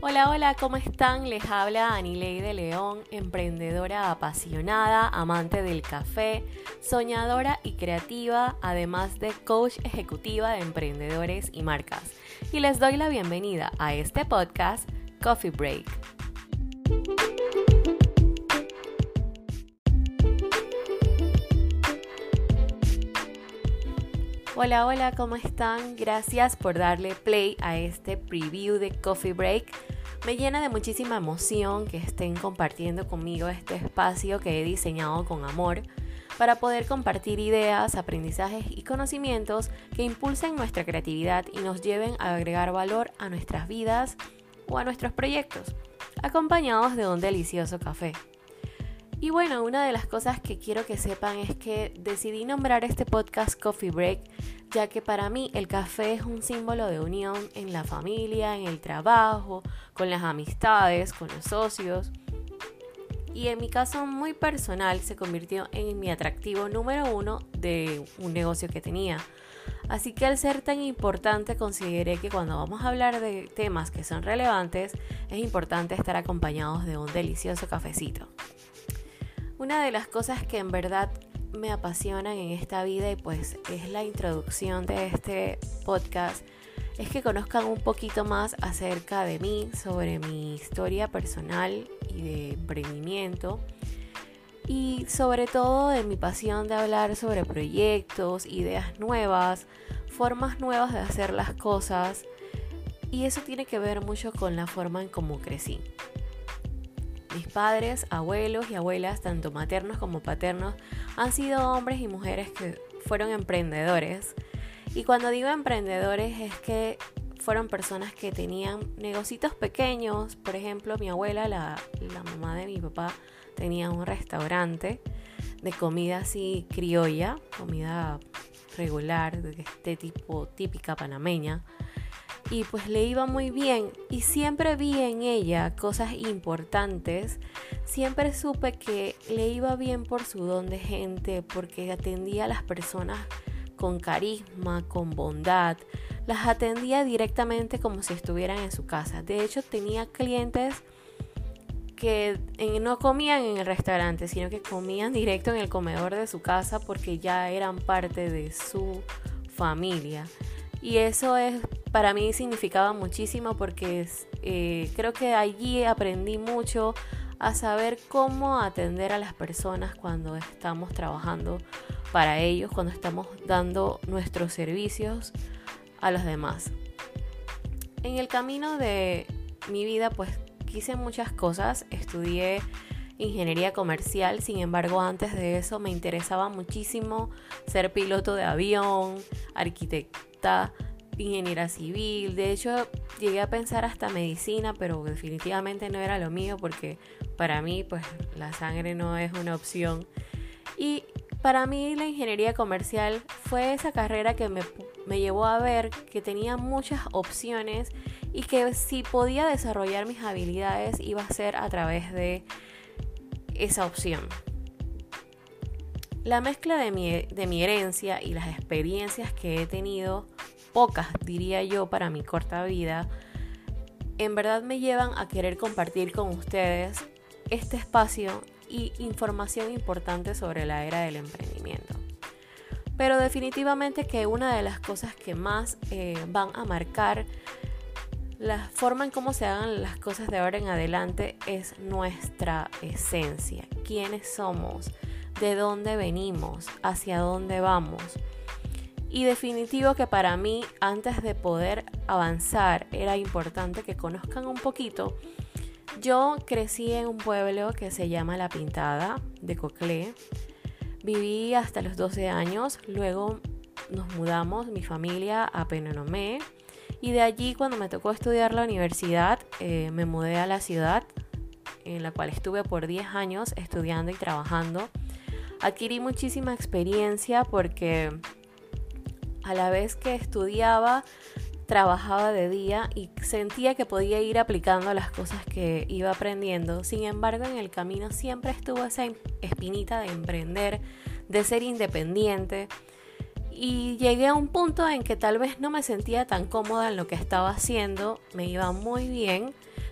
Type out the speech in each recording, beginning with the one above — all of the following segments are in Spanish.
Hola, hola, ¿cómo están? Les habla Anileide León, emprendedora apasionada, amante del café, soñadora y creativa, además de coach ejecutiva de emprendedores y marcas. Y les doy la bienvenida a este podcast, Coffee Break. Hola, hola, ¿cómo están? Gracias por darle play a este preview de Coffee Break. Me llena de muchísima emoción que estén compartiendo conmigo este espacio que he diseñado con amor para poder compartir ideas, aprendizajes y conocimientos que impulsen nuestra creatividad y nos lleven a agregar valor a nuestras vidas o a nuestros proyectos, acompañados de un delicioso café. Y bueno, una de las cosas que quiero que sepan es que decidí nombrar este podcast Coffee Break, ya que para mí el café es un símbolo de unión en la familia, en el trabajo, con las amistades, con los socios. Y en mi caso muy personal se convirtió en mi atractivo número 1 de un negocio que tenía. Así que al ser tan importante consideré que cuando vamos a hablar de temas que son relevantes, es importante estar acompañados de un delicioso cafecito. Una de las cosas que en verdad me apasionan en esta vida y pues es la introducción de este podcast es que conozcan un poquito más acerca de mí, sobre mi historia personal y de emprendimiento y sobre todo de mi pasión de hablar sobre proyectos, ideas nuevas, formas nuevas de hacer las cosas y eso tiene que ver mucho con la forma en cómo crecí. Mis padres, abuelos y abuelas, tanto maternos como paternos, han sido hombres y mujeres que fueron emprendedores. Y cuando digo emprendedores es que fueron personas que tenían negocios pequeños. Por ejemplo, mi abuela, la mamá de mi papá, tenía un restaurante de comida así criolla, comida regular, de este tipo típica panameña. Y pues le iba muy bien y siempre vi en ella cosas importantes, siempre supe que le iba bien por su don de gente, porque atendía a las personas con carisma, con bondad, las atendía directamente como si estuvieran en su casa. De hecho tenía clientes que no comían en el restaurante, sino que comían directo en el comedor de su casa porque ya eran parte de su familia. Y eso para mí significaba muchísimo porque creo que allí aprendí mucho a saber cómo atender a las personas cuando estamos trabajando para ellos, cuando estamos dando nuestros servicios a los demás. En el camino de mi vida pues quise muchas cosas, estudié ingeniería comercial, sin embargo antes de eso me interesaba muchísimo ser piloto de avión, arquitecta, ingeniera civil. De hecho llegué a pensar hasta medicina, pero definitivamente no era lo mío porque para mí pues la sangre no es una opción. Y para mí la ingeniería comercial fue esa carrera que me llevó a ver que tenía muchas opciones y que si podía desarrollar mis habilidades iba a ser a través de esa opción. La mezcla de mi herencia y las experiencias que he tenido, pocas diría yo para mi corta vida, en verdad me llevan a querer compartir con ustedes este espacio y información importante sobre la era del emprendimiento. Pero definitivamente que una de las cosas que más van a marcar la forma en cómo se hagan las cosas de ahora en adelante es nuestra esencia, quiénes somos, de dónde venimos, hacia dónde vamos. Y definitivo que para mí, antes de poder avanzar, era importante que conozcan un poquito. Yo crecí en un pueblo que se llama La Pintada de Coclé. Viví hasta los 12 años, luego nos mudamos, mi familia, a Penonomé. Y de allí, cuando me tocó estudiar la universidad, me mudé a la ciudad, en la cual estuve por 10 años estudiando y trabajando. Adquirí muchísima experiencia porque a la vez que estudiaba, trabajaba de día y sentía que podía ir aplicando las cosas que iba aprendiendo. Sin embargo, en el camino siempre estuvo esa espinita de emprender, de ser independiente. Y llegué a un punto en que tal vez no me sentía tan cómoda en lo que estaba haciendo, me iba muy bien,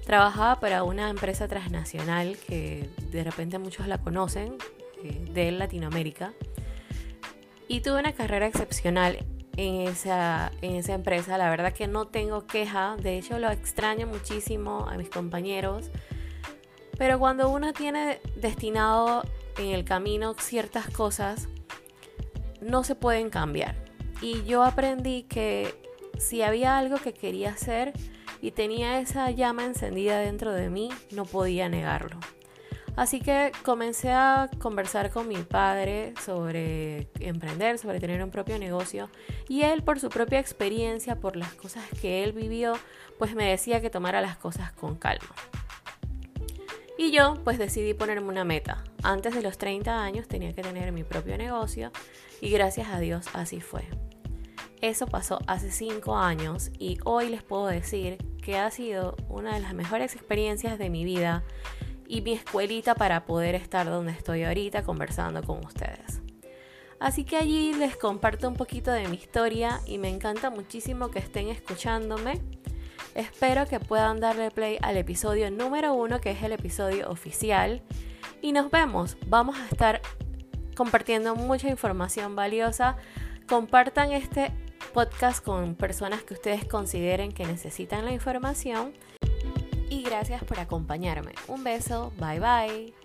Trabajaba para una empresa transnacional que de repente muchos la conocen, de Latinoamérica. Y tuve una carrera excepcional en esa empresa. La verdad que no tengo queja. De hecho, lo extraño muchísimo a mis compañeros. Pero cuando uno tiene destinado en el camino ciertas cosas, no se pueden cambiar. Y yo aprendí que si había algo que quería hacer y tenía esa llama encendida dentro de mí, no podía negarlo. Así que comencé a conversar con mi padre sobre emprender, sobre tener un propio negocio, y él, por su propia experiencia, por las cosas que él vivió, pues me decía que tomara las cosas con calma. Y yo pues decidí ponerme una meta. Antes de los 30 años tenía que tener mi propio negocio, y gracias a Dios así fue. Eso pasó hace 5 años y hoy les puedo decir que ha sido una de las mejores experiencias de mi vida y mi escuelita para poder estar donde estoy ahorita conversando con ustedes. Así que allí les comparto un poquito de mi historia y me encanta muchísimo que estén escuchándome. Espero que puedan darle play al episodio número 1, que es el episodio oficial, y nos vemos. Vamos a estar compartiendo mucha información valiosa. Compartan este podcast con personas que ustedes consideren que necesitan la información. Y gracias por acompañarme. Un beso, bye bye.